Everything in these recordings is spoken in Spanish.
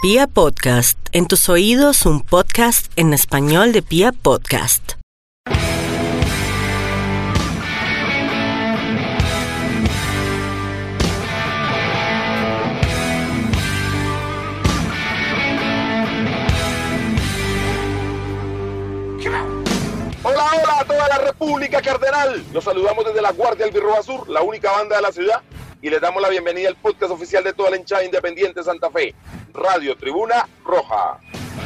Pía Podcast, en tus oídos un podcast en español de Pía Podcast. Hola, hola a toda la República Cardenal. Los saludamos desde la Guardia Albirroja Sur, la única banda de la ciudad, y les damos la bienvenida al podcast oficial de toda la hinchada independiente Santa Fe, Radio Tribuna Roja.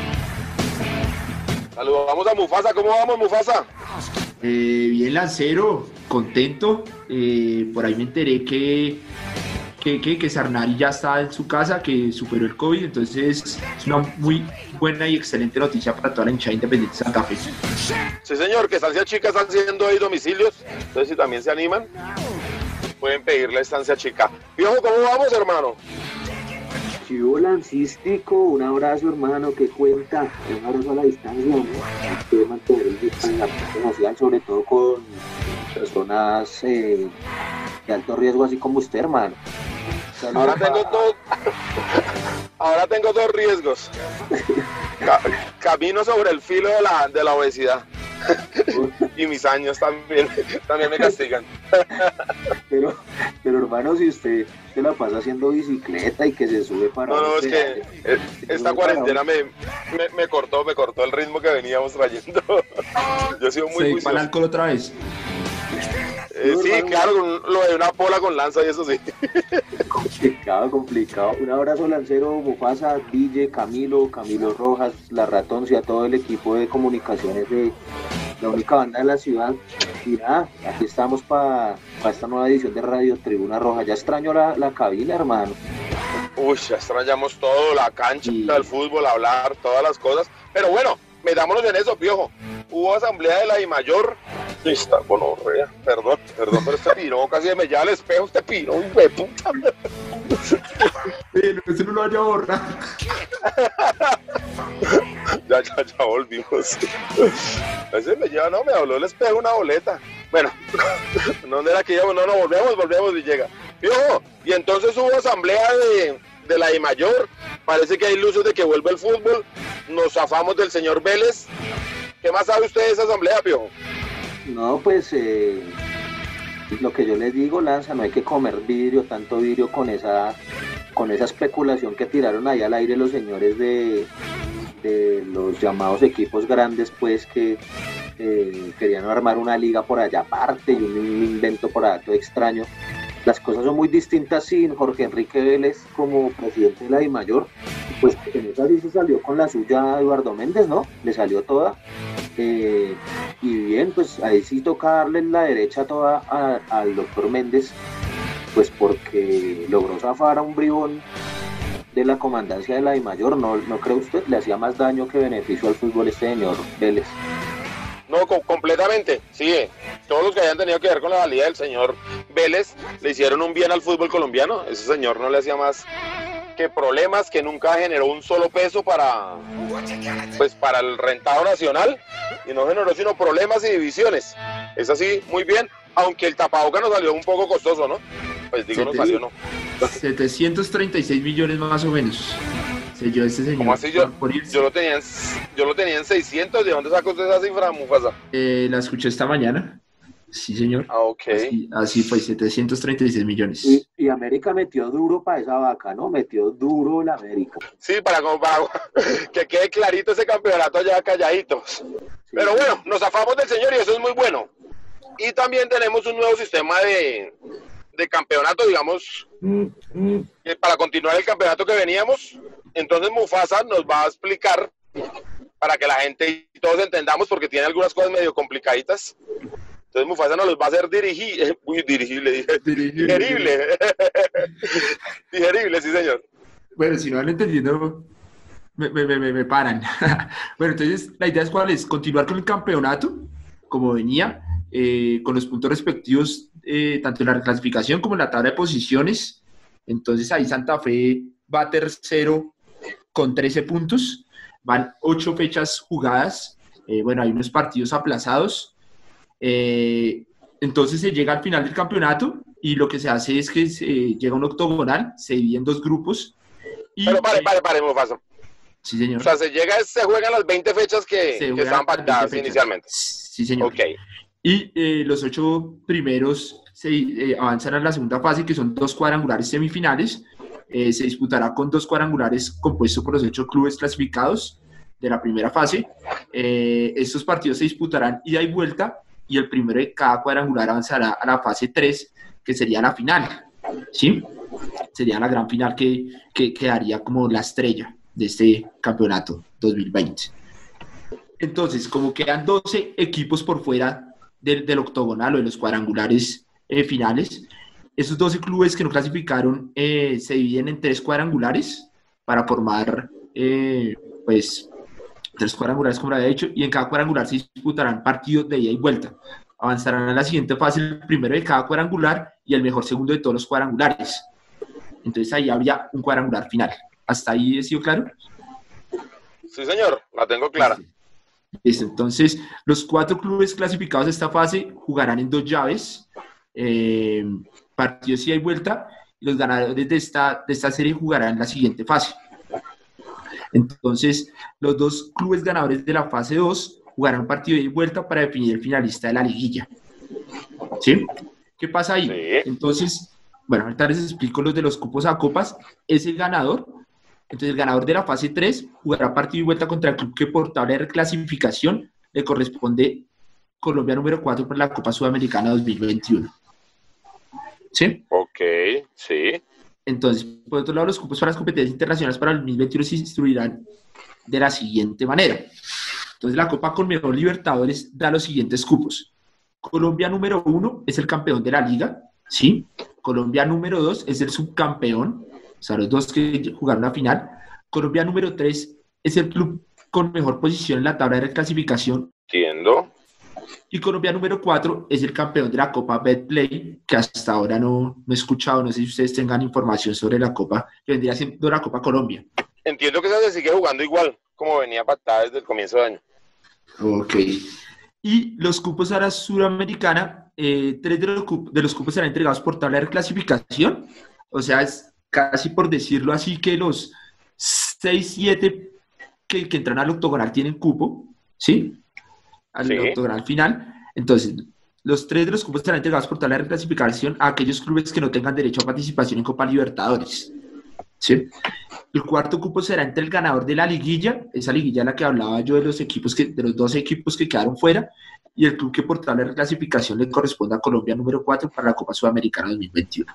Saludamos a Mufasa. ¿Cómo vamos, Mufasa? Bien, Lancero, contento. Por ahí me enteré que Sarnari ya está en su casa, que superó el COVID, entonces es una muy buena y excelente noticia para toda la hinchada independiente de Santa Fe. Sí, señor, que Estancia Chica están haciendo ahí domicilios, entonces si también se animan, pueden pedir la Estancia Chica. Piojo, ¿cómo vamos, hermano? Chivo Lancístico, un abrazo, hermano, que cuenta, un abrazo a la distancia, ¿no? Hay que mantener el distanciamiento social, sobre todo con personas de alto riesgo, así como usted, hermano. Ahora tengo dos riesgos. Camino sobre el filo de la obesidad. Y mis años también me castigan. Pero hermano, si usted se la pasa haciendo bicicleta y que se sube para... No, es que esta cuarentena me cortó el ritmo que veníamos trayendo. Yo he sido muy juicioso. ¿Para el alcohol otra vez? Sí, claro, lo de una pola con lanza y eso sí. Complicado. Un abrazo, Lancero, Mufasa, DJ, Camilo Rojas, La Ratón y a todo el equipo de comunicaciones de la única banda de la ciudad. Y nada, aquí estamos para esta nueva edición de Radio Tribuna Roja. Ya extraño la cabina, hermano. Uy, ya extrañamos todo, la cancha, el fútbol, hablar, todas las cosas. Pero bueno, metámonos en eso, Piojo. Hubo asamblea de la DIMAYOR. Está gonorrea. Perdón, pero este piro casi me lleva al espejo, este piro, güey, puta. Ese no lo vaya a borrar. Ya volvimos. Ese me lleva, me habló el espejo una boleta. Bueno, ¿dónde era que íbamos? No, volvemos y llega. Piojo, y entonces hubo asamblea de la DIMAYOR. Parece que hay luces de que vuelve el fútbol. Nos zafamos del señor Vélez. ¿Qué más sabe usted de esa asamblea, Piojo? No, pues lo que yo les digo, Lanza, no hay que comer tanto vidrio con esa especulación que tiraron ahí al aire los señores de los llamados equipos grandes, pues que querían armar una liga por allá aparte y un invento por allá todo extraño. Las cosas son muy distintas sin Jorge Enrique Vélez como presidente de la DIMAYOR, pues en esa sí se salió con la suya Eduardo Méndez, ¿no? Le salió toda. Y bien, pues ahí sí toca darle la derecha toda al doctor Méndez, pues porque logró zafar a un bribón de la comandancia de la DIMAYOR. ¿No cree usted? Le hacía más daño que beneficio al fútbol este señor Vélez. No, completamente, sí. Todos los que hayan tenido que ver con la valía del señor Vélez le hicieron un bien al fútbol colombiano. Ese señor no le hacía más que problemas, que nunca generó un solo peso para el rentado nacional, y no generó sino problemas y divisiones. Es así, muy bien, aunque el tapaboca nos salió un poco costoso, ¿no? Pues digo, nos salió, ¿no? 736 millones más o menos. Yo ese señor. ¿Cómo así? Yo lo tenía en 600. ¿De dónde sacó usted esa cifra, Mufasa? La escuché esta mañana. Sí, señor. Ah, ok. Así fue, 736 millones. Y América metió duro para esa vaca, ¿no? Metió duro la América. Sí, para que quede clarito ese campeonato allá calladitos. Sí. Pero bueno, nos zafamos del señor y eso es muy bueno. Y también tenemos un nuevo sistema de campeonato, digamos, para continuar el campeonato que veníamos. Entonces Mufasa nos va a explicar para que la gente y todos entendamos, porque tiene algunas cosas medio complicaditas. Entonces Mufasa nos los va a hacer digerible. Digerible, sí, señor. Bueno, si no van entendiendo, me paran. Bueno, entonces la idea es cuál es, continuar con el campeonato como venía, con los puntos respectivos, tanto en la clasificación como en la tabla de posiciones. Entonces ahí Santa Fe va tercero con 13 puntos, van 8 fechas jugadas, hay unos partidos aplazados, entonces se llega al final del campeonato y lo que se hace es que se llega a un octogonal, se divide en 2 grupos. Pero pare, Mufasa. Sí, señor. O sea, se juegan las 20 fechas que estaban pactadas fechas. inicialmente. Sí, señor. Ok. Y los 8 primeros avanzan a la segunda fase, que son 2 cuadrangulares semifinales. Se disputará con 2 cuadrangulares compuestos por los 8 clubes clasificados de la primera fase. Estos partidos se disputarán ida y vuelta, y el primero de cada cuadrangular avanzará a la fase 3, que sería la final, ¿sí? Sería la gran final que quedaría como la estrella de este campeonato 2020. Entonces, como quedan 12 equipos por fuera del octogonal o de los cuadrangulares finales, esos 12 clubes que no clasificaron se dividen en 3 cuadrangulares para formar, pues, 3 cuadrangulares, como había dicho, y en cada cuadrangular se disputarán partidos de ida y vuelta. Avanzarán a la siguiente fase el primero de cada cuadrangular y el mejor segundo de todos los cuadrangulares. Entonces ahí habría un cuadrangular final. ¿Hasta ahí he sido claro? Sí, señor, la tengo clara. Listo. Entonces, los 4 clubes clasificados de esta fase jugarán en 2 llaves, partidos ida y vuelta, y los ganadores de esta serie jugarán en la siguiente fase. Entonces, los 2 clubes ganadores de la fase 2 jugarán un partido de ida y vuelta para definir el finalista de la liguilla. ¿Sí? ¿Qué pasa ahí? Sí. Entonces, bueno, ahorita les explico los de los cupos a copas. Es el ganador. Entonces, el ganador de la fase 3 jugará partido y vuelta contra el club que por tabla de reclasificación le corresponde Colombia número 4 por la Copa Sudamericana 2021. ¿Sí? Ok, sí. Entonces, por otro lado, los cupos para las competencias internacionales para el 2021 se distribuirán de la siguiente manera. Entonces, la Copa Conmebol Libertadores da los siguientes cupos. Colombia número 1 es el campeón de la liga, ¿sí? Colombia número 2 es el subcampeón, o sea, los 2 que jugaron la final. Colombia número 3 es el club con mejor posición en la tabla de reclasificación. Entiendo. Y Colombia número 4 es el campeón de la Copa Betplay, que hasta ahora no he escuchado, no sé si ustedes tengan información sobre la Copa, que vendría siendo la Copa Colombia. Entiendo que esa se sigue jugando igual, como venía pactada desde el comienzo de año. Ok. Y los cupos a la Sudamericana, 3 de los cupos serán entregados por tabla de clasificación, o sea, es casi por decirlo así que los 6, 7 que entran al octogonal tienen cupo, ¿sí? Al octogonal final. Entonces, los 3 de los cupos serán entregados por tabla de clasificación a aquellos clubes que no tengan derecho a participación en Copa Libertadores, ¿sí? El 4º cupo será entre el ganador de la liguilla, esa liguilla en la que hablaba yo de los 12 equipos que quedaron fuera, y el club que por tabla de clasificación le corresponde a Colombia número 4 para la Copa Sudamericana 2021.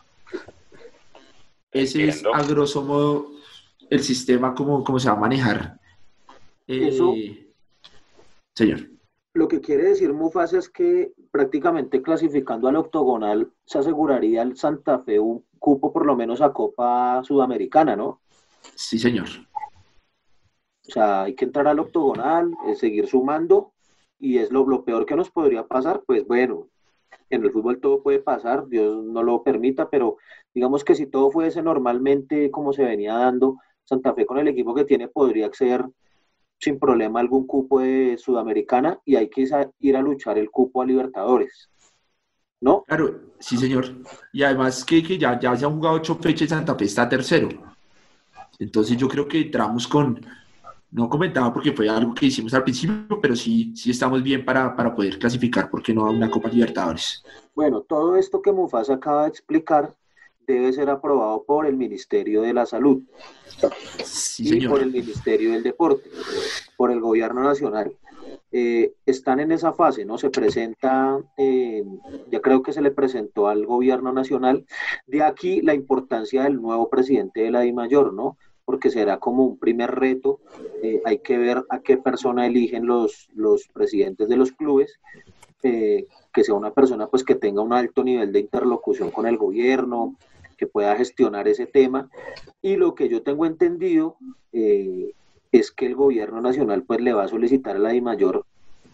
Ese es, a grosso modo, el sistema como se va a manejar. Eso, señor. Lo que quiere decir Mufasa es que prácticamente clasificando al octogonal se aseguraría al Santa Fe un cupo por lo menos a Copa Sudamericana, ¿no? Sí, señor. O sea, hay que entrar al octogonal, seguir sumando, y es lo peor que nos podría pasar, pues bueno, en el fútbol todo puede pasar, Dios no lo permita, pero digamos que si todo fuese normalmente como se venía dando, Santa Fe con el equipo que tiene podría acceder sin problema a algún cupo de Sudamericana, y hay que ir a luchar el cupo a Libertadores, ¿no? Claro, sí, señor. Y además que ya se han jugado 8 fechas y Santa Fe está tercero. Entonces yo creo que entramos no comentaba porque fue algo que hicimos al principio, pero sí estamos bien para poder clasificar, porque no a una Copa Libertadores. Bueno, todo esto que Mufasa acaba de explicar debe ser aprobado por el Ministerio de la Salud, sí, y señor, por el Ministerio del Deporte, por el Gobierno Nacional. Están en esa fase, ¿no? Se presenta, ya creo que se le presentó al Gobierno Nacional. De aquí la importancia del nuevo presidente de la DIMAYOR, ¿no? Porque será como un primer reto. Hay que ver a qué persona eligen los presidentes de los clubes, que sea una persona pues que tenga un alto nivel de interlocución con el gobierno, que pueda gestionar ese tema. Y lo que yo tengo entendido es que el gobierno nacional pues le va a solicitar a la DIMAYOR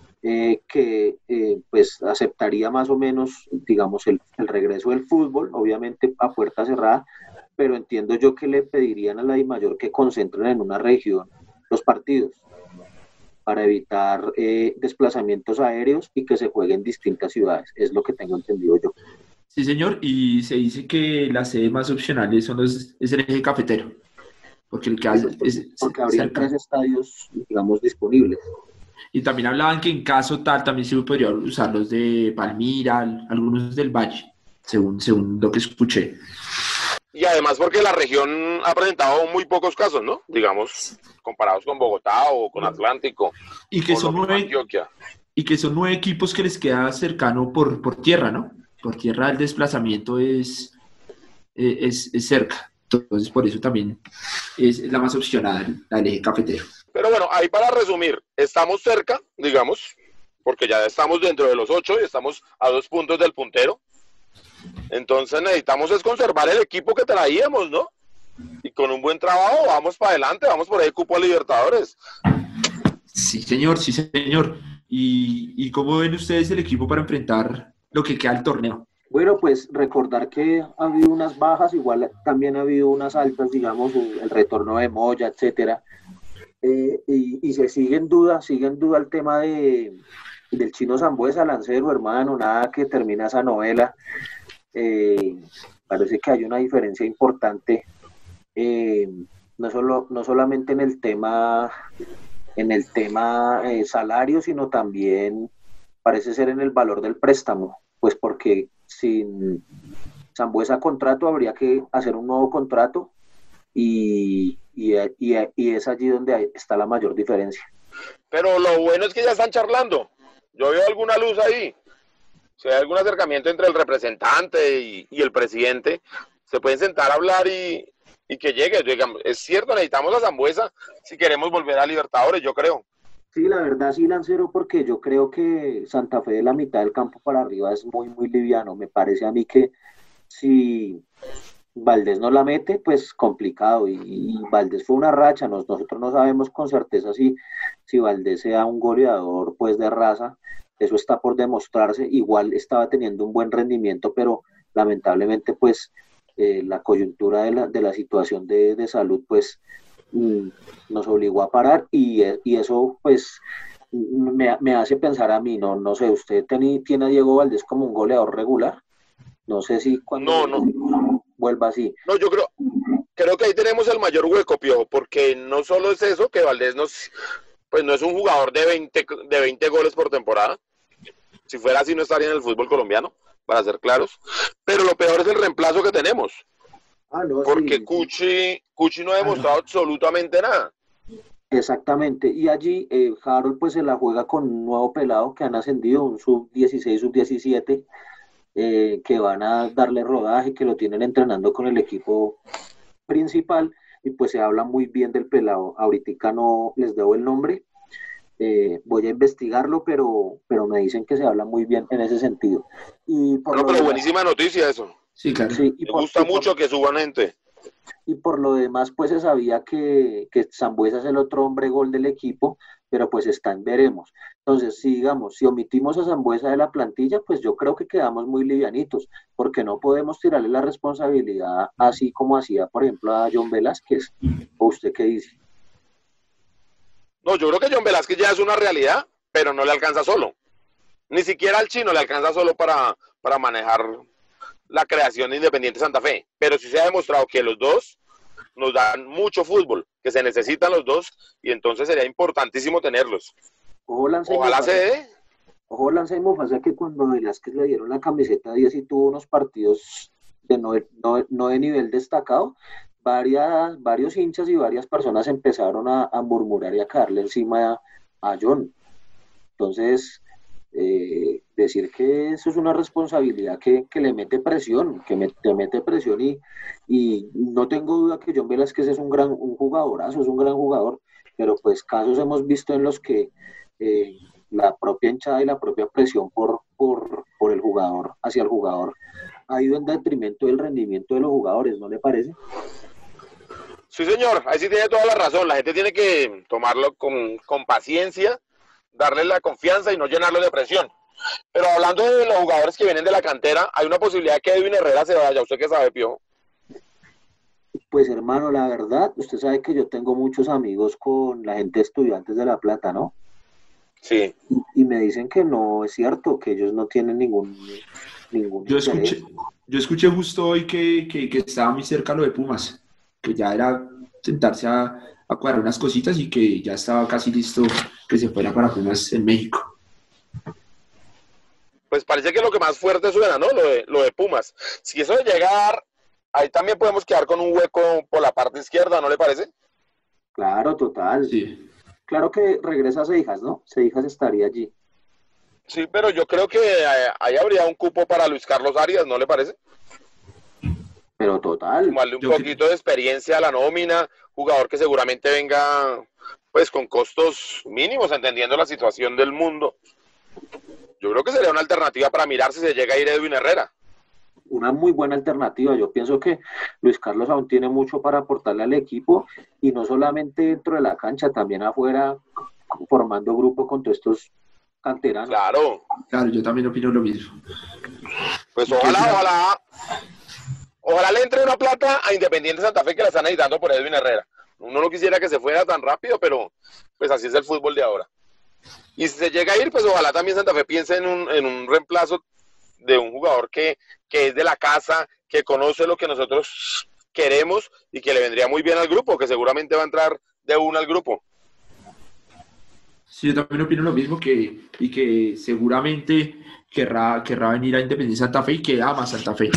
que pues aceptaría más o menos, digamos, el regreso del fútbol, obviamente a puerta cerrada, pero entiendo yo que le pedirían a la DIMAYOR que concentren en una región los partidos para evitar desplazamientos aéreos y que se juegue en distintas ciudades, es lo que tengo entendido yo. Sí, señor, y se dice que las sedes más opcionales es el eje cafetero. porque el que porque habría 3 estadios, digamos, disponibles. Y también hablaban que en caso tal también se podría usar los de Palmira, algunos del Valle, según lo que escuché. Y además porque la región ha presentado muy pocos casos, ¿no? Digamos, comparados con Bogotá o con Atlántico. Y que son 9, Antioquia. Y que son 9 equipos que les queda cercano por tierra, ¿no? Por tierra el desplazamiento es cerca. Entonces, por eso también es la más opcionada, la del eje cafetero. Pero bueno, ahí para resumir, estamos cerca, digamos, porque ya estamos dentro de los 8 y estamos a 2 puntos del puntero. Entonces necesitamos es conservar el equipo que traíamos, ¿no? Y con un buen trabajo vamos para adelante, vamos por ahí cupo a Libertadores. Sí, señor, sí, señor. ¿Y cómo ven ustedes el equipo para enfrentar lo que queda del torneo? Bueno, pues recordar que ha habido unas bajas, igual también ha habido unas altas, digamos, el retorno de Moya, etcétera. Y se sigue en duda el tema del Chino Sambueza, Lancero, hermano, nada que termina esa novela. Parece que hay una diferencia importante, no solamente en el tema salario, sino también parece ser en el valor del préstamo, pues porque sin Sambueza contrato habría que hacer un nuevo contrato y es allí donde está la mayor diferencia. Pero lo bueno es que ya están charlando. Yo veo alguna luz ahí. Si hay algún acercamiento entre el representante y el presidente, se pueden sentar a hablar y que llegue. Digamos, es cierto, necesitamos a Sambueza si queremos volver a Libertadores, yo creo. Sí, la verdad sí, Lancero, porque yo creo que Santa Fe de la mitad del campo para arriba es muy, muy liviano. Me parece a mí que si Valdés no la mete, pues complicado. Y Valdés fue una racha. Nosotros no sabemos con certeza si Valdés sea un goleador pues de raza. Eso está por demostrarse. Igual estaba teniendo un buen rendimiento, pero lamentablemente pues la coyuntura de la situación de salud pues nos obligó a parar y eso pues me hace pensar a mí, no sé, ¿usted tiene a Diego Valdés como un goleador regular? No sé si cuando vuelva así. No, yo creo que ahí tenemos el mayor hueco, Piojo, porque no solo es eso, que Valdés no es un jugador de 20 goles por temporada. Si fuera así no estaría en el fútbol colombiano, para ser claros. Pero lo peor es el reemplazo que tenemos. No, porque sí. Cuchi no ha demostrado absolutamente nada. Exactamente, y allí Harold pues se la juega con un nuevo pelado que han ascendido, un sub-16, sub-17, que van a darle rodaje, que lo tienen entrenando con el equipo principal, y pues se habla muy bien del pelado. Ahorita no les debo el nombre, voy a investigarlo, pero me dicen que se habla muy bien en ese sentido. Pero buenísima noticia eso. Sí, claro. Sí, me gusta mucho que suban gente. Y por lo demás, pues se sabía que Sambueza es el otro hombre gol del equipo, pero pues está en veremos. Entonces, si omitimos a Sambueza de la plantilla, pues yo creo que quedamos muy livianitos, porque no podemos tirarle la responsabilidad así como hacía, por ejemplo, a John Velázquez. ¿O usted qué dice? No, yo creo que John Velázquez ya es una realidad, pero no le alcanza solo. Ni siquiera al Chino le alcanza solo para manejar la creación de Independiente Santa Fe, pero sí se ha demostrado que los dos nos dan mucho fútbol, que se necesitan los dos, y entonces sería importantísimo tenerlos. Ojalá se dé. Ojo, Lanza y Mufasa, que cuando Velázquez le dieron la camiseta 10 y tuvo unos partidos de no de nivel destacado, varios hinchas y varias personas empezaron a murmurar y a caerle encima a John. Entonces, decir que eso es una responsabilidad que le mete presión, te mete presión y no tengo duda que John Velázquez es un jugadorazo, es un gran jugador, pero pues casos hemos visto en los que la propia hinchada y la propia presión por el jugador, hacia el jugador, ha ido en detrimento del rendimiento de los jugadores, ¿no le parece? Sí, señor, ahí sí tiene toda la razón. La gente tiene que tomarlo con paciencia, darle la confianza y no llenarlo de presión. Pero hablando de los jugadores que vienen de la cantera, hay una posibilidad de que Edwin Herrera se vaya. ¿Usted qué sabe, Piojo? Pues hermano, la verdad, usted sabe que yo tengo muchos amigos con la gente de Estudiantes de La Plata, ¿no? Sí. Y me dicen que no es cierto, que ellos no tienen ningún Yo escuché justo hoy que estaba muy cerca lo de Pumas, que ya era sentarse a cuadrar unas cositas y que ya estaba casi listo que se fuera para Pumas en México. Pues parece que lo que más fuerte suena, ¿no? Lo de Pumas. Si eso de llegar, ahí también podemos quedar con un hueco por la parte izquierda, ¿no le parece? Claro, total. Sí. Claro que regresa a Seijas, ¿no? Seijas estaría allí. Sí, pero yo creo que ahí habría un cupo para Luis Carlos Arias, ¿no le parece? Pero total. Sumarle un poquito de experiencia a la nómina, jugador que seguramente venga pues con costos mínimos, entendiendo la situación del mundo. Yo creo que sería una alternativa para mirar si se llega a ir Edwin Herrera. Una muy buena alternativa. Yo pienso que Luis Carlos aún tiene mucho para aportarle al equipo y no solamente dentro de la cancha, también afuera, formando grupo con todos estos canteranos. Claro, yo también opino lo mismo. Pues ojalá le entre una plata a Independiente Santa Fe que la están necesitando por Edwin Herrera. Uno no quisiera que se fuera tan rápido, pero pues así es el fútbol de ahora. Y si se llega a ir, pues ojalá también Santa Fe piense en un reemplazo de un jugador que es de la casa, que conoce lo que nosotros queremos y que le vendría muy bien al grupo, que seguramente va a entrar de una al grupo. Sí, yo también opino lo mismo y que seguramente querrá venir a Independiente Santa Fe y que ama Santa Fe.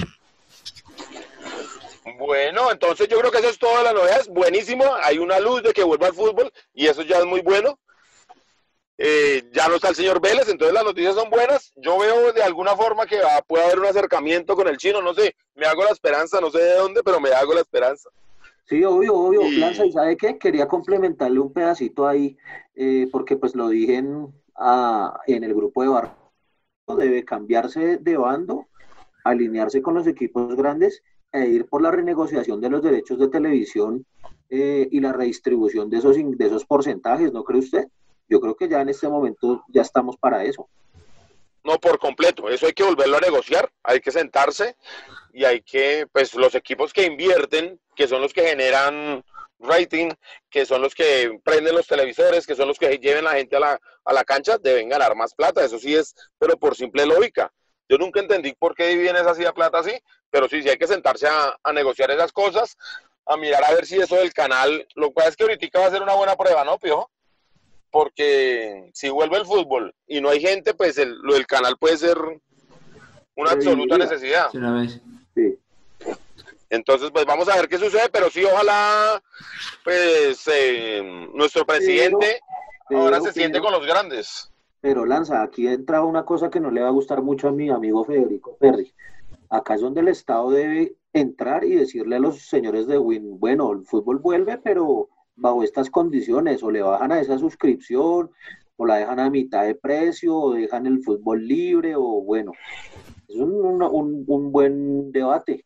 Bueno, entonces yo creo que eso es toda la novedad, es buenísimo, hay una luz de que vuelva al fútbol y eso ya es muy bueno. Ya no está el señor Vélez, entonces las noticias son buenas. Yo veo de alguna forma que puede haber un acercamiento con el chino, no sé, me hago la esperanza, no sé de dónde, pero me hago la esperanza. Sí, obvio, Lanza, ¿y sabe qué? Quería complementarle un pedacito ahí, porque pues lo dije en el grupo de Barro, debe cambiarse de bando, alinearse con los equipos grandes e ir por la renegociación de los derechos de televisión y la redistribución de esos porcentajes, ¿no cree usted? Yo creo que ya en este momento ya estamos para eso. No, por completo, eso hay que volverlo a negociar, hay que sentarse y hay que, pues los equipos que invierten, que son los que generan rating, que son los que prenden los televisores, que son los que lleven la gente a la cancha, deben ganar más plata, eso sí es, pero por simple lógica. Yo nunca entendí por qué viven esa así de plata así, pero sí hay que sentarse a negociar esas cosas, a mirar a ver si eso del canal, lo cual es que ahorita va a ser una buena prueba, ¿no, Piojo? Porque si vuelve el fútbol y no hay gente, pues lo del canal puede ser una absoluta necesidad. Sí. Entonces, pues vamos a ver qué sucede, pero sí, ojalá, pues, nuestro presidente ahora se siente con los grandes. Pero Lanza, aquí entra una cosa que no le va a gustar mucho a mi amigo Federico Perry. Acá es donde el Estado debe entrar y decirle a los señores de Win, bueno, el fútbol vuelve, pero bajo estas condiciones, o le bajan a esa suscripción, o la dejan a mitad de precio, o dejan el fútbol libre, o bueno, es un buen debate.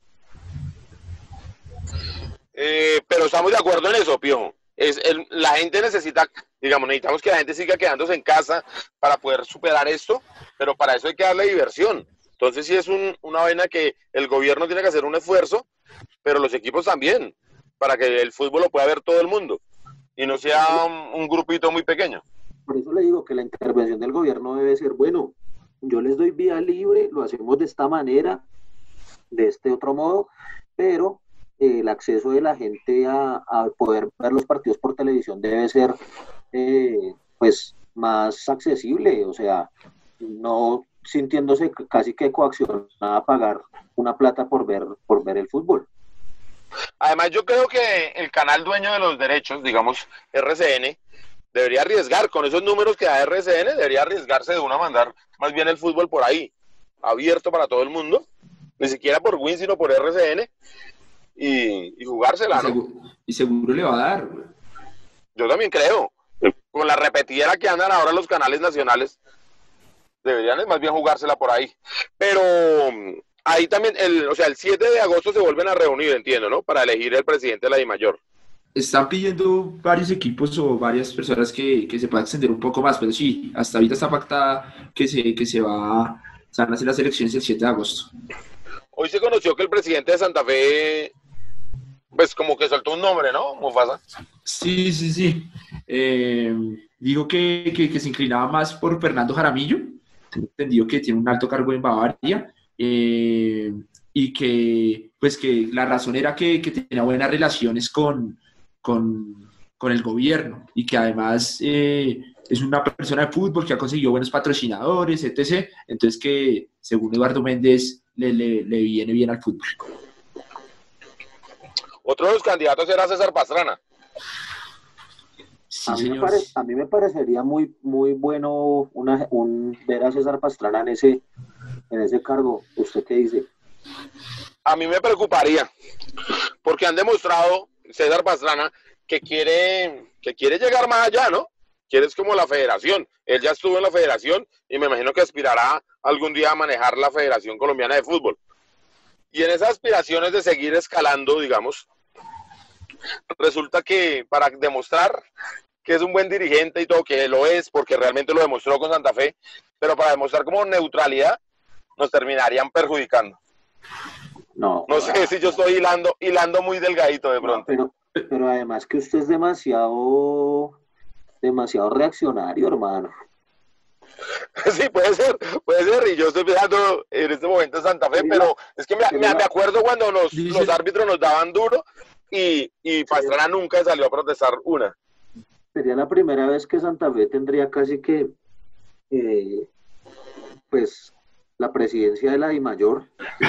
Pero estamos de acuerdo en eso, Piojo. La gente necesita, digamos, necesitamos que la gente siga quedándose en casa para poder superar esto, pero para eso hay que darle diversión. Entonces sí es una vaina que el gobierno tiene que hacer un esfuerzo, pero los equipos también, para que el fútbol lo pueda ver todo el mundo y no sea un grupito muy pequeño. Por eso le digo que la intervención del gobierno debe ser, bueno, yo les doy vía libre, lo hacemos de esta manera, de este otro modo, pero el acceso de la gente a poder ver los partidos por televisión debe ser pues más accesible, o sea, no sintiéndose casi que coaccionada a pagar una plata por ver el fútbol. Además, yo creo que el canal dueño de los derechos, digamos, RCN, debería arriesgar, con esos números que da RCN, debería arriesgarse de una mandar más bien el fútbol por ahí, abierto para todo el mundo, ni siquiera por Win, sino por RCN, y jugársela, ¿no? Y seguro le va a dar. Yo también creo, con la repetidera que andan ahora los canales nacionales, deberían más bien jugársela por ahí, pero ahí también, el 7 de agosto se vuelven a reunir, entiendo, ¿no? Para elegir el presidente de la DIMAYOR. Están pidiendo varios equipos o varias personas que se pueda extender un poco más, pero sí, hasta ahorita está pactada que se van a hacer las elecciones el 7 de agosto. Hoy se conoció que el presidente de Santa Fe, pues como que soltó un nombre, ¿no? Mufasa. Sí. Dijo que se inclinaba más por Fernando Jaramillo, entendido que tiene un alto cargo en Bavaria, y que pues que la razón era que tenía buenas relaciones con con el gobierno y que además es una persona de fútbol que ha conseguido buenos patrocinadores, etc. Entonces que según Eduardo Méndez le viene bien al fútbol. Otro de los candidatos era César Pastrana. Sí, a mí me parecería muy, muy bueno ver a César Pastrana en ese cargo. ¿Usted qué dice? A mí me preocuparía, porque han demostrado, César Pastrana, que quiere llegar más allá, ¿no? Quiere es como la federación. Él ya estuvo en la federación y me imagino que aspirará algún día a manejar la Federación Colombiana de Fútbol. Y en esas aspiraciones de seguir escalando, digamos, resulta que para demostrar que es un buen dirigente y todo, que lo es, porque realmente lo demostró con Santa Fe, pero para demostrar como neutralidad, nos terminarían perjudicando. No sé si yo estoy hilando muy delgadito de pronto. Pero además que usted es demasiado reaccionario, hermano. Sí, puede ser, y yo estoy pensando en este momento en Santa Fe, pero es que me acuerdo cuando los árbitros nos daban duro y Pastrana nunca salió a protestar una. Sería la primera vez que Santa Fe tendría casi que pues la presidencia de la DIMAYOR.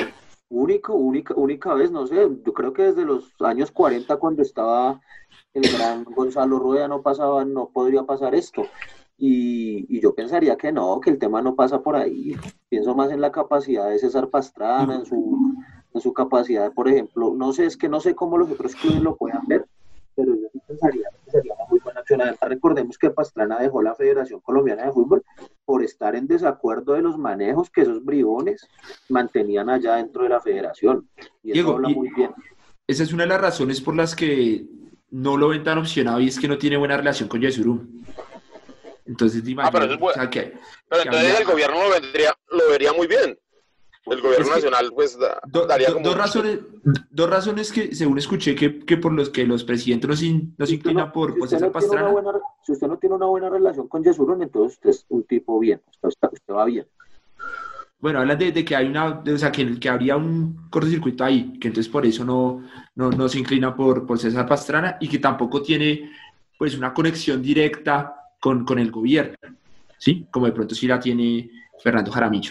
Única vez, no sé, yo creo que desde los años 40 cuando estaba el gran Gonzalo Rueda no podría pasar esto. Y yo pensaría que no, que el tema no pasa por ahí. Pienso más en la capacidad de César Pastrana, en su capacidad, por ejemplo, no sé cómo los otros clubes lo puedan ver, pero yo pensaría que sería una muy buena acción. Además, recordemos que Pastrana dejó la Federación Colombiana de Fútbol por estar en desacuerdo de los manejos que esos bribones mantenían allá dentro de la federación. Y eso habla muy bien. Esa es una de las razones por las que no lo ven tan opcionado, y es que no tiene buena relación con Yesurum. Entonces, pero entonces el gobierno lo vería muy bien. El gobierno nacional pues daría como... Dos razones que según escuché que por los que los presidentes no se inclinan por César Pastrana. Si usted no tiene una buena relación con Yesurum, entonces usted es un tipo bien, usted va bien. Bueno, hablan de que hay que habría un cortocircuito ahí, que entonces por eso no se inclina por César Pastrana, y que tampoco tiene pues una conexión directa con el gobierno, ¿sí? Como de pronto sí la tiene Fernando Jaramillo.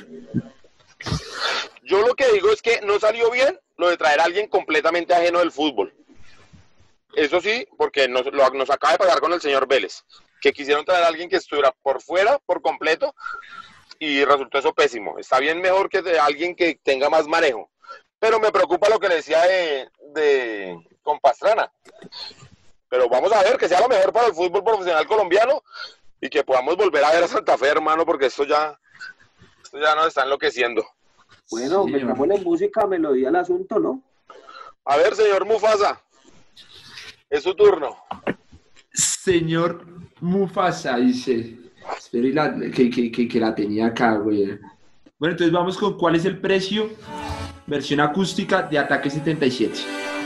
Yo lo que digo es que no salió bien lo de traer a alguien completamente ajeno del fútbol. Eso sí, porque nos acaba de pasar con el señor Vélez, que quisieron traer a alguien que estuviera por fuera, por completo, y resultó eso pésimo. Está bien mejor que de alguien que tenga más manejo. Pero me preocupa lo que le decía con Pastrana. Pero vamos a ver que sea lo mejor para el fútbol profesional colombiano y que podamos volver a ver a Santa Fe, hermano, porque esto ya nos está enloqueciendo. Bueno, sí, metámosle música, melodía al asunto, ¿no? A ver, señor Mufasa, es su turno. Señor Mufasa, dice. Espera, que la tenía acá, güey. Bueno, entonces vamos con ¿cuál es el precio? Versión acústica de Ataque 77.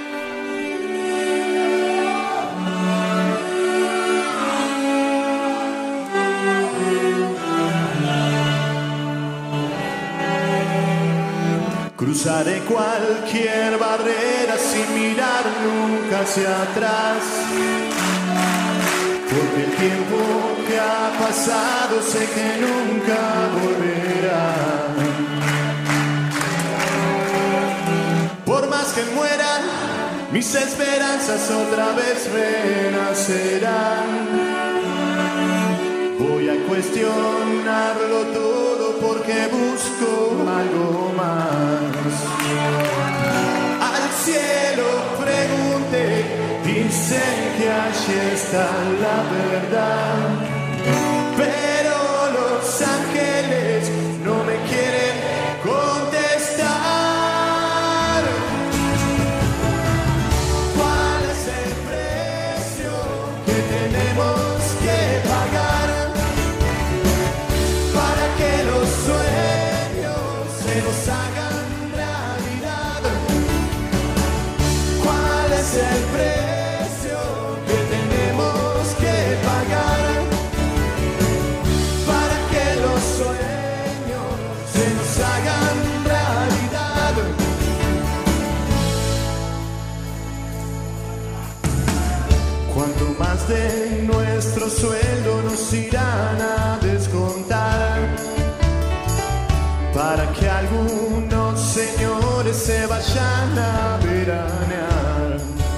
Cruzaré cualquier barrera sin mirar nunca hacia atrás, porque el tiempo que ha pasado sé que nunca volverá. Por más que mueran, mis esperanzas otra vez renacerán. Voy a cuestionarlo todo porque busco algo más. Al cielo pregunté, dicen que allí está la verdad, pero los ángeles no me quieren contestar. ¿Cuál es el precio que tenemos que pagar para que los sueños se nos hagan realidad? ¿Cuál es el precio que tenemos que pagar para que los sueños se nos hagan realidad? de nuestro sueldo nos irán a descontar para que algunos señores se vayan a veranear.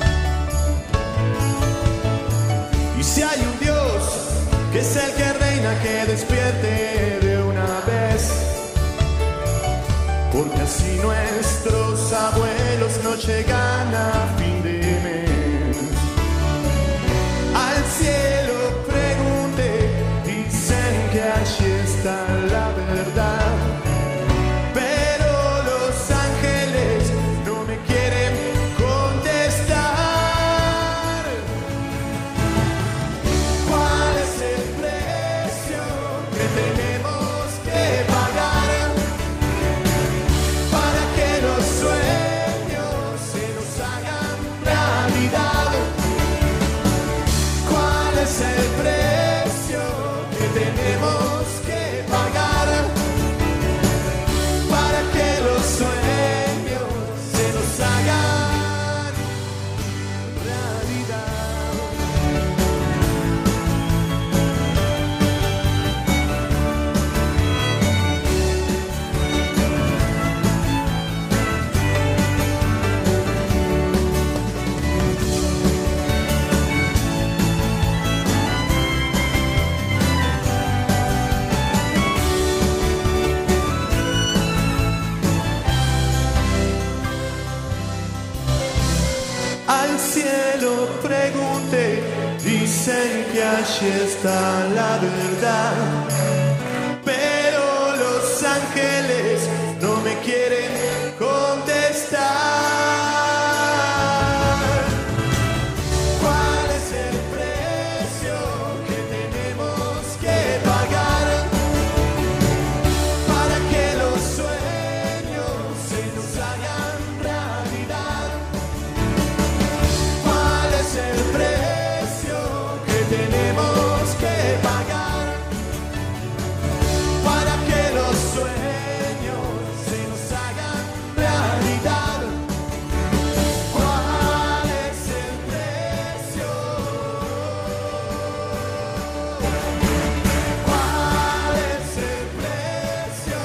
Y si hay un Dios que es el que reina, que despierte de una vez, porque así nuestros abuelos no llegan a fin de mes. Al cielo pregunté, dicen que allí está la verdad, pero los ángeles no me quieren contestar. ¿Cuál es el precio que tenemos que pagar para que los sueños se nos hagan realidad? ¿Cuál es el precio que tenemos que pagar para que los sueños se nos hagan realidad? Al cielo pregunté, dicen que allí está la verdad, pero los ángeles no me quieren contestar. ¿Cuál es el precio que tenemos que pagar para que los sueños se nos hagan realidad? ¿Cuál es el precio que tenemos que pagar para que los sueños se nos hagan realidad? ¿Cuál es el precio? ¿Cuál es el precio?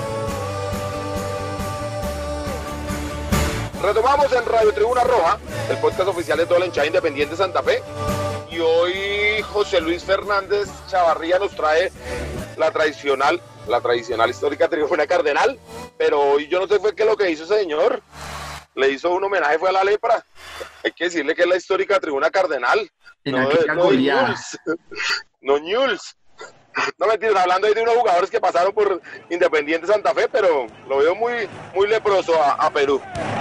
Retomamos en Radio Tribuna Roja, el podcast oficial de toda la hinchada independiente Santa Fe. Y hoy José Luis Fernández Chavarría nos trae la tradicional histórica Tribuna Cardenal. Pero hoy yo no sé fue qué lo que hizo ese señor. Le hizo un homenaje, fue a la lepra. Hay que decirle que es la histórica Tribuna Cardenal. En aquella goleada. No News. No mentiras, hablando ahí de unos jugadores que pasaron por Independiente Santa Fe, pero lo veo muy, muy leproso a Perú.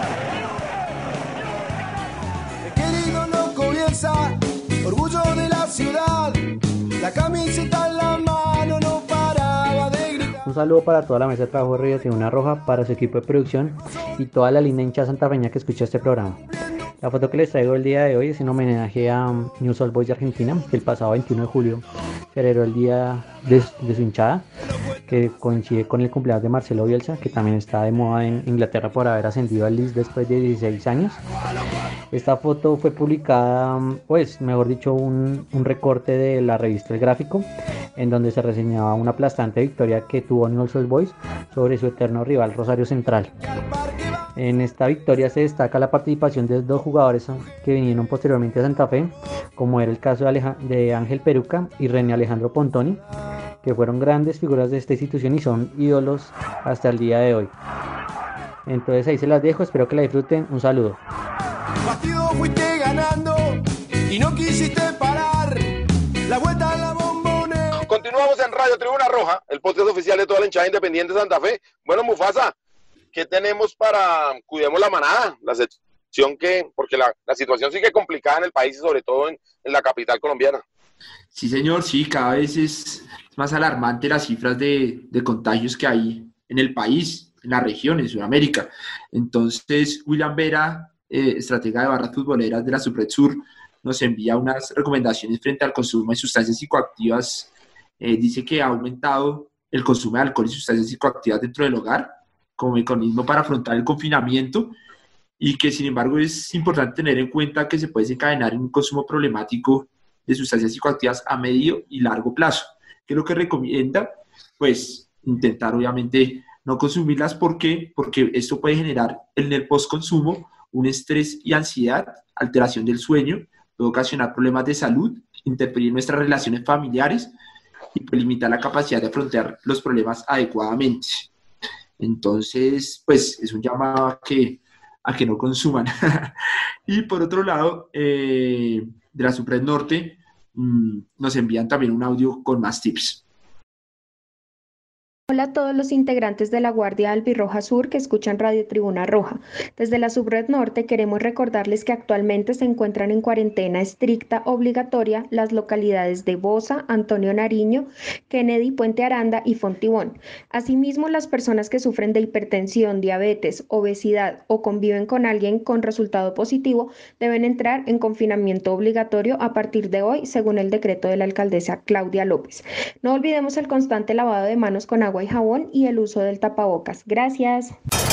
Querido no comienza, orgullo de la ciudad, la camiseta en la mano no paraba de gritar. Un saludo para toda la mesa de trabajo de Radio Tribuna Roja, para su equipo de producción y toda la linda hinchada santafeña que escucha este programa. La foto que les traigo el día de hoy es en homenaje a Newell's Old Boys de Argentina, que el pasado 21 de julio celebró el día de su hinchada, que coincide con el cumpleaños de Marcelo Bielsa, que también está de moda en Inglaterra por haber ascendido al Leeds después de 16 años. Esta foto fue publicada, pues mejor dicho, un recorte de la revista El Gráfico, en donde se reseñaba una aplastante victoria que tuvo Newell's Old Boys sobre su eterno rival Rosario Central. En esta victoria se destaca la participación de dos jugadores que vinieron posteriormente a Santa Fe, como era el caso de Ángel Peruca y René Alejandro Pontoni, que fueron grandes figuras de esta institución y son ídolos hasta el día de hoy. Entonces ahí se las dejo, espero que la disfruten, un saludo. Partido fuiste ganando y no quisiste parar, la vuelta en la Bombonera. Continuamos en Radio Tribuna Roja, el podcast oficial de toda la hinchada independiente de Santa Fe. Bueno, Mufasa, ¿qué tenemos para Cuidemos la Manada? La sección que, porque la situación sigue complicada en el país y sobre todo en la capital colombiana. Sí, señor, sí, cada vez es más alarmante las cifras de contagios que hay en el país, en la región, en Sudamérica. Entonces, William Vera, estratega de barras futboleras de la Subred Sur, nos envía unas recomendaciones frente al consumo de sustancias psicoactivas. Dice que ha aumentado el consumo de alcohol y sustancias psicoactivas dentro del hogar como mecanismo para afrontar el confinamiento y que, sin embargo, es importante tener en cuenta que se puede desencadenar en un consumo problemático de sustancias psicoactivas a medio y largo plazo. ¿Qué es lo que recomienda? Pues intentar obviamente no consumirlas. ¿Por qué? Porque esto puede generar en el postconsumo un estrés y ansiedad, alteración del sueño, puede ocasionar problemas de salud, interferir en nuestras relaciones familiares y puede limitar la capacidad de afrontar los problemas adecuadamente. Entonces, pues es un llamado a que no consuman. Y por otro lado, de la Subred Norte, nos envían también un audio con más tips. Hola a todos los integrantes de la Guardia Albirroja Sur que escuchan Radio Tribuna Roja. Desde la Subred Norte queremos recordarles que actualmente se encuentran en cuarentena estricta obligatoria las localidades de Bosa, Antonio Nariño, Kennedy, Puente Aranda y Fontibón. Asimismo, las personas que sufren de hipertensión, diabetes, obesidad o conviven con alguien con resultado positivo deben entrar en confinamiento obligatorio a partir de hoy, según el decreto de la alcaldesa Claudia López. No olvidemos el constante lavado de manos con agua y jabón y el uso del tapabocas. Gracias.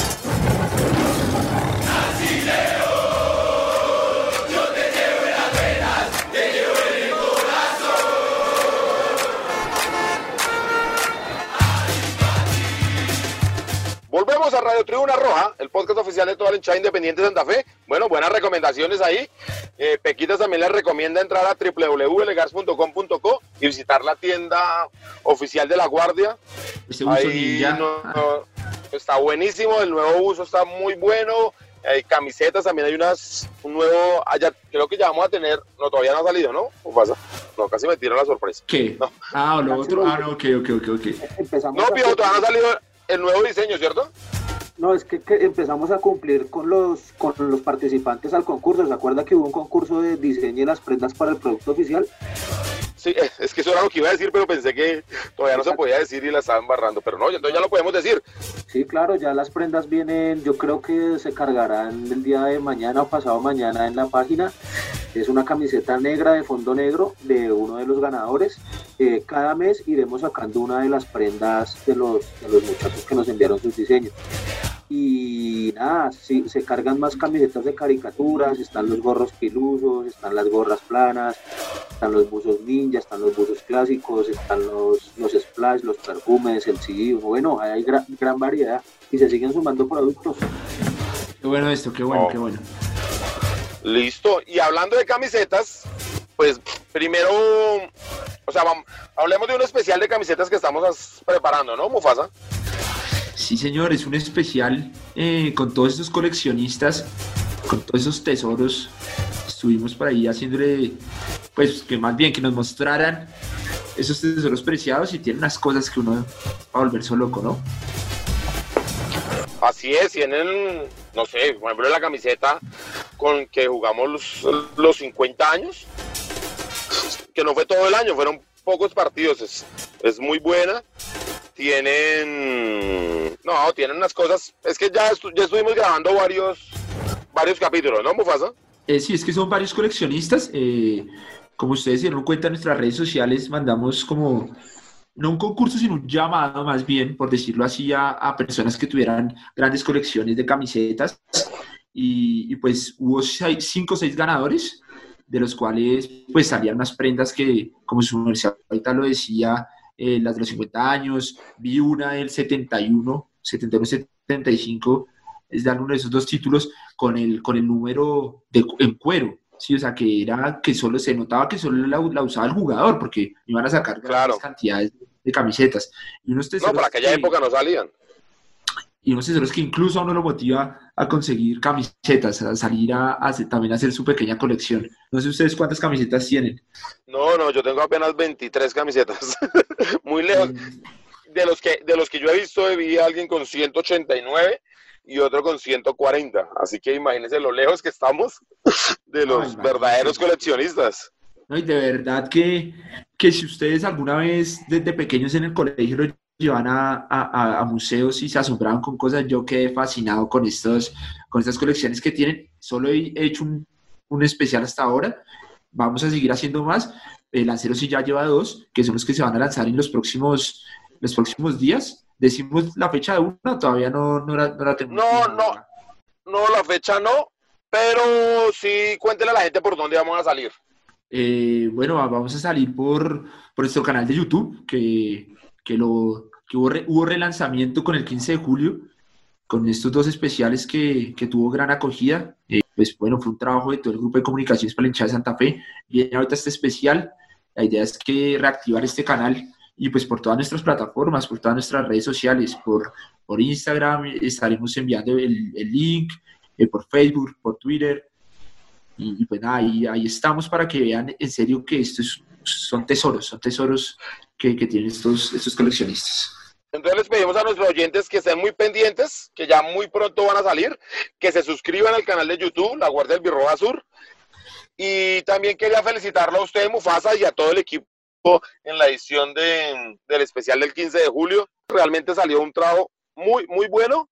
Volvemos a Radio Tribuna Roja, el podcast oficial de toda la hinchada independiente de Santa Fe. Bueno, buenas recomendaciones ahí. Pequitas también les recomienda entrar a www.legars.com.co y visitar la tienda oficial de La Guardia. Este buzo ninja. Está buenísimo, el nuevo buzo está muy bueno. Hay camisetas, también hay un nuevo, allá creo que ya vamos a tener, no, todavía no ha salido, ¿no? ¿Cómo pasa? No, casi me tiraron la sorpresa. ¿Qué? No. Ah, lo otro, no, ok. No, Pío, todavía no ha salido el nuevo diseño, ¿cierto? No, es que empezamos a cumplir con los participantes al concurso. ¿Se acuerda que hubo un concurso de diseño de las prendas para el producto oficial? Sí, es que eso era lo que iba a decir, pero pensé que todavía no se podía decir y la estaban barrando. Pero no, entonces ya lo podemos decir. Sí, claro, ya las prendas vienen, yo creo que se cargarán el día de mañana o pasado mañana en la página. Es una camiseta negra de fondo negro de uno de los ganadores. Cada mes iremos sacando una de las prendas de los muchachos que nos enviaron sus diseños. Y nada, sí, se cargan más camisetas de caricaturas, están los gorros pilusos, están las gorras planas, están los buzos ninja, están los buzos clásicos, están los splash, los perfumes, el CD. Bueno, hay gran variedad y se siguen sumando productos. Qué bueno esto, qué bueno. Listo, y hablando de camisetas, pues primero, o sea, hablemos de un especial de camisetas que estamos preparando, ¿no, Mufasa? Sí, señor, es un especial con todos estos coleccionistas, con todos esos tesoros. Estuvimos por ahí haciéndole, pues, que más bien que nos mostraran esos tesoros preciados y tienen unas cosas que uno va a volverse loco, ¿no? Así es, tienen, no sé, por ejemplo, la camiseta con que jugamos los 50 años, que no fue todo el año, fueron pocos partidos, es muy buena. Tienen unas cosas, es que ya estuvimos grabando varios capítulos, ¿no, Mufasa? Sí, es que son varios coleccionistas. Como ustedes se dieron cuenta en nuestras redes sociales, mandamos como, no un concurso, sino un llamado más bien, por decirlo así, a personas que tuvieran grandes colecciones de camisetas. Y pues hubo 5 o 6 ganadores, de los cuales pues salían unas prendas que, como su universidad ahorita lo decía, las de los 50 años, vi una del 71-75, es dar uno de esos 2 títulos con el número en cuero, ¿sí? O sea, que solo se notaba que solo la usaba el jugador, porque iban a sacar grandes cantidades de camisetas. Y unos tesoros para aquella época no salían. Y unos tesoros que incluso a uno lo motiva a conseguir camisetas, a salir también a hacer su pequeña colección. No sé ustedes cuántas camisetas tienen. No, yo tengo apenas 23 camisetas. Muy lejos. De los que yo he visto, vi a alguien con 189 y otro con 140. Así que imagínense lo lejos que estamos de los verdaderos coleccionistas. No, y de verdad que si ustedes alguna vez desde pequeños en el colegio lo llevan a museos y se asombraban con cosas, yo quedé fascinado con estas colecciones que tienen. Solo he hecho un especial hasta ahora, vamos a seguir haciendo más. El Lancero sí ya lleva 2, que son los que se van a lanzar en los próximos días. Decimos la fecha de una, todavía no la tenemos. No, la fecha no, pero sí cuéntele a la gente por dónde vamos a salir. Bueno, vamos a salir por nuestro canal de YouTube, que hubo relanzamiento con el 15 de julio, con estos 2 especiales que tuvo gran acogida. Pues bueno, fue un trabajo de todo el grupo de comunicaciones para la hinchada de Santa Fe. Viene ahorita este especial. La idea es que reactivar este canal y pues por todas nuestras plataformas, por todas nuestras redes sociales, por Instagram estaremos enviando el link, por Facebook, por Twitter. Y pues nada, ahí estamos para que vean en serio que estos son tesoros que tienen estos coleccionistas. Entonces les pedimos a nuestros oyentes que estén muy pendientes, que ya muy pronto van a salir, que se suscriban al canal de YouTube, La Guardia del Birroja Sur. Y también quería felicitarlo a usted, Mufasa, y a todo el equipo en la edición del especial del 15 de julio. Realmente salió un trabajo muy, muy bueno.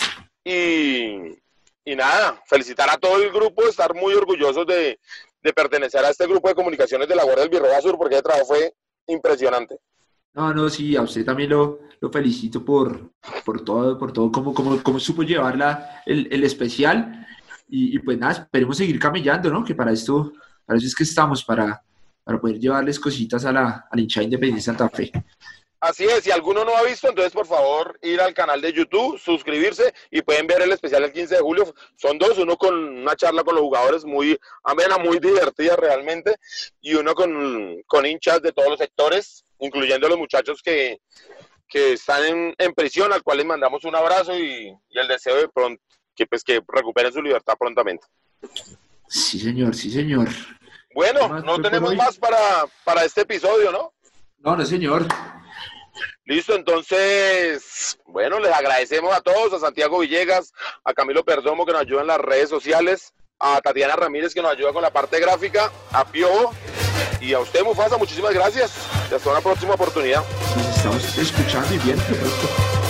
Y nada, felicitar a todo el grupo, estar muy orgullosos de pertenecer a este grupo de comunicaciones de La Guardia del Birroja Sur, porque el trabajo fue impresionante. No, sí, a usted también lo felicito por todo, cómo supo llevar el especial. Y pues nada, esperemos seguir camellando, ¿no? Que para eso es que estamos, para poder llevarles cositas a la hinchada Independiente Santa Fe. Así es, si alguno no ha visto, entonces por favor ir al canal de YouTube, suscribirse y pueden ver el especial del 15 de julio. Son 2, uno con una charla con los jugadores muy amena, muy divertida realmente, y uno con hinchas de todos los sectores, incluyendo los muchachos que están en prisión, al cual les mandamos un abrazo y el deseo de pronto que recuperen su libertad prontamente. Sí, señor. Bueno, no tenemos más para este episodio, ¿no? No, señor. Listo, entonces, bueno, les agradecemos a todos, a Santiago Villegas, a Camilo Perdomo que nos ayuda en las redes sociales, a Tatiana Ramírez que nos ayuda con la parte gráfica, a Piojo y a usted, Mufasa, muchísimas gracias y hasta una próxima oportunidad. Nos estamos escuchando y viendo.